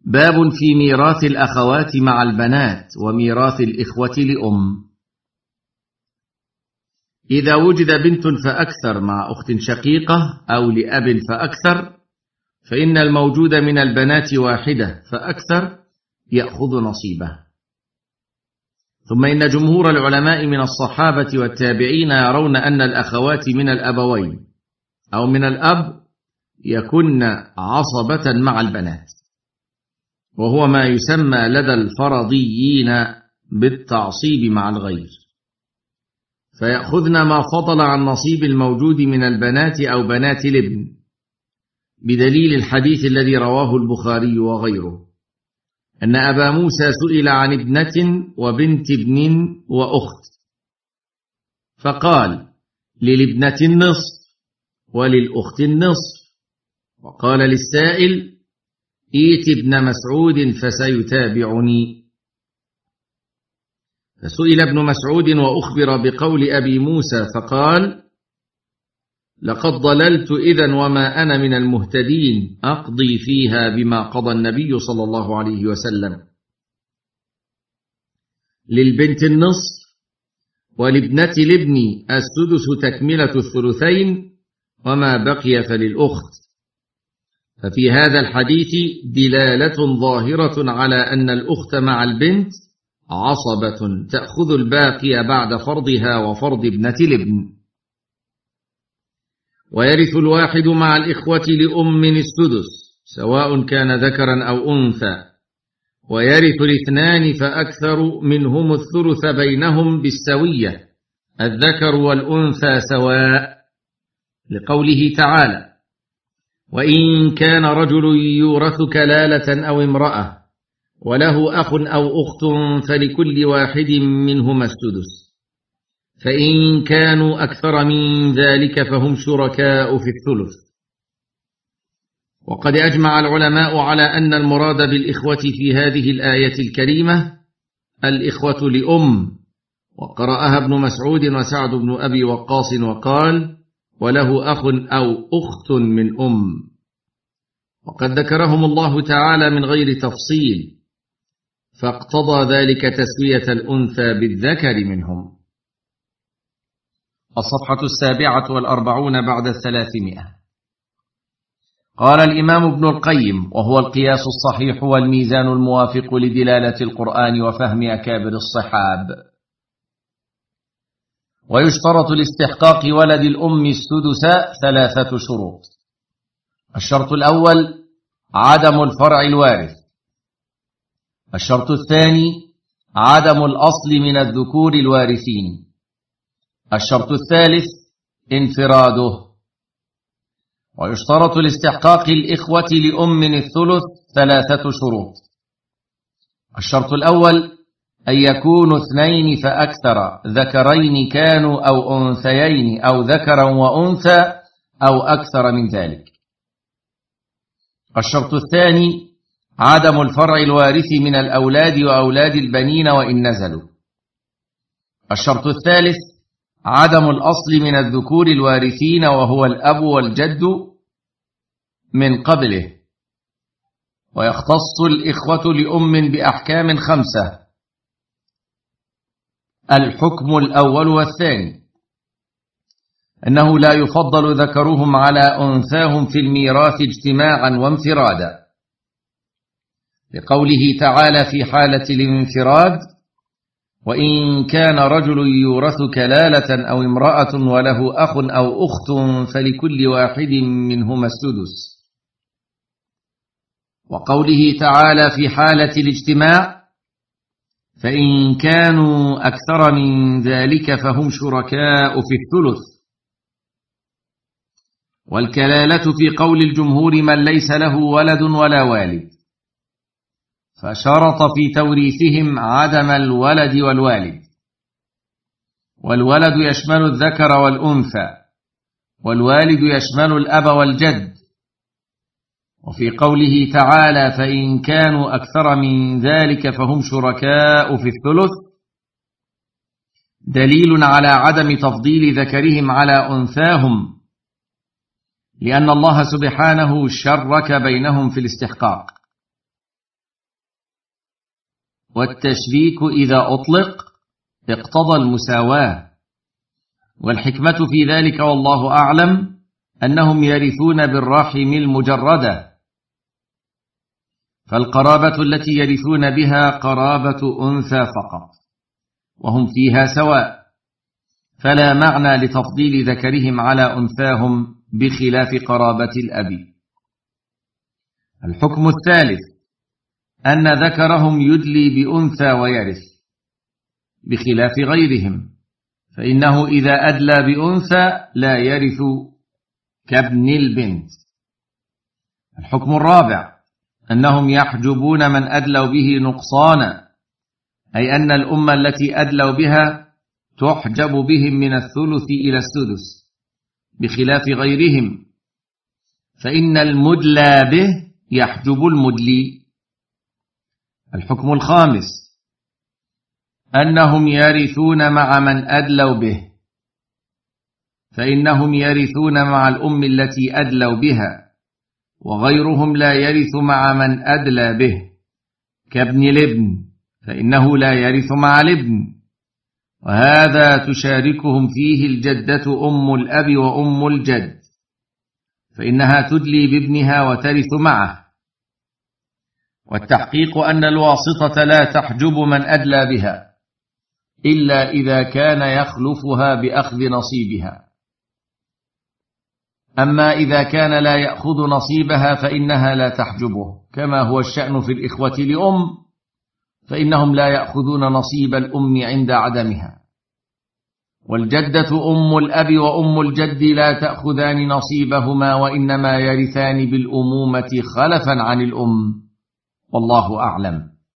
باب في ميراث الأخوات مع البنات وميراث الإخوة لأم. إذا وجد بنت فأكثر مع أخت شقيقة أو لأب فأكثر، فإن الموجود من البنات واحدة فأكثر يأخذ نصيبه. ثم إن جمهور العلماء من الصحابة والتابعين يرون أن الأخوات من الأبوين أو من الأب يكن عصبة مع البنات، وهو ما يسمى لدى الفرضيين بالتعصيب مع الغير، فيأخذن ما فضل عن نصيب الموجود من البنات أو بنات الابن، بدليل الحديث الذي رواه البخاري وغيره أن أبا موسى سئل عن ابنة وبنت ابن وأخت، فقال: للابنة النصف وللأخت النصف. وقال للسائل: ائت ابن مسعود فسيتابعني. فسئل ابن مسعود وأخبر بقول أبي موسى فقال: لقد ضللت إذن وما أنا من المهتدين أقضي فيها بما قضى النبي صلى الله عليه وسلم. للبنت النصف ولابنة الابن السدس تكملة الثلثين، وما بقي فللأخت. ففي هذا الحديث دلالة ظاهرة على أن الأخت مع البنت عصبة تأخذ الباقي بعد فرضها وفرض ابنة الابن. ويرث الواحد مع الإخوة لأم السدس سواء كان ذكرا أو أنثى، ويرث الاثنان فأكثر منهم الثلث بينهم بالسوية، الذكر والأنثى سواء، لقوله تعالى: وإن كان رجل يورث كلالة أو امرأة وله أخ أو أخت فلكل واحد منهما السدس، فإن كانوا أكثر من ذلك فهم شركاء في الثلث. وقد أجمع العلماء على أن المراد بالإخوة في هذه الآية الكريمة الإخوة لأم، وقرأها ابن مسعود وسعد بن أبي وقاص وقال: وله أخ أو أخت من أم. وقد ذكرهم الله تعالى من غير تفصيل، فاقتضى ذلك تسوية الأنثى بالذكر منهم. الصفحة 47 بعد 300. قال الإمام ابن القيم: وهو القياس الصحيح والميزان الموافق لدلالة القرآن وفهم أكابر الصحاب. ويشترط لاستحقاق ولد الأم السدس 3 شروط. الشرط الأول عدم الفرع الوارث. الشرط الثاني عدم الأصل من الذكور الوارثين. الشرط الثالث انفراده. ويشترط لاستحقاق الإخوة لأم الثلث 3 شروط. الشرط الأول أن يكونوا 2 فأكثر، ذكرين كانوا أو أنثيين أو ذكرا وأنثى أو أكثر من ذلك. الشرط الثاني عدم الفرع الوارث من الأولاد وأولاد البنين وإن نزلوا. الشرط الثالث عدم الأصل من الذكور الوارثين وهو الأب والجد من قبله. ويختص الإخوة لأم بأحكام 5. الحكم الأول والثاني: أنه لا يفضل ذكرهم على أنثاهم في الميراث اجتماعا وانفرادا، لقوله تعالى في حالة الانفراد: وإن كان رجل يورث كلالة أو امرأة وله أخ أو أخت فلكل واحد منهما السدس. وقوله تعالى في حالة الاجتماع: فإن كانوا أكثر من ذلك فهم شركاء في الثلث. والكلالة في قول الجمهور من ليس له ولد ولا والد، فشرط في توريثهم عدم الولد والوالد. والولد يشمل الذكر والأنثى، والوالد يشمل الأب والجد. وفي قوله تعالى: فإن كانوا أكثر من ذلك فهم شركاء في الثلث، دليل على عدم تفضيل ذكرهم على أنثاهم، لأن الله سبحانه شرك بينهم في الاستحقاق. والتشريك إذا أطلق اقتضى المساواة، والحكمة في ذلك والله أعلم أنهم يرثون بالرحم المجردة، فالقرابة التي يرثون بها قرابة أنثى فقط، وهم فيها سواء، فلا معنى لتفضيل ذكرهم على أنثاهم بخلاف قرابة الأب. الحكم الثالث أن ذكرهم يدلي بأنثى ويرث بخلاف غيرهم، فإنه إذا أدلى بأنثى لا يرث كابن البنت. الحكم الرابع أنهم يحجبون من أدلوا به نقصانا، أي أن الأمة التي أدلوا بها تحجب بهم من الثلث إلى السدس بخلاف غيرهم، فإن المدلى به يحجب المدلي. الحكم الخامس أنهم يرثون مع من أدلوا به، فإنهم يرثون مع الأم التي أدلوا بها، وغيرهم لا يرث مع من أدلى به كابن الابن، فإنه لا يرث مع الابن، وهذا تشاركهم فيه الجدة أم الأب وأم الجد، فإنها تدلي بابنها وترث معه. والتحقيق أن الواسطة لا تحجب من أدلى بها إلا إذا كان يخلفها بأخذ نصيبها، أما إذا كان لا يأخذ نصيبها فإنها لا تحجبه، كما هو الشأن في الإخوة لأم، فإنهم لا يأخذون نصيب الأم عند عدمها، والجدة أم الأب وأم الجد لا تأخذان نصيبهما، وإنما يرثان بالأمومة خلفا عن الأم، والله أعلم.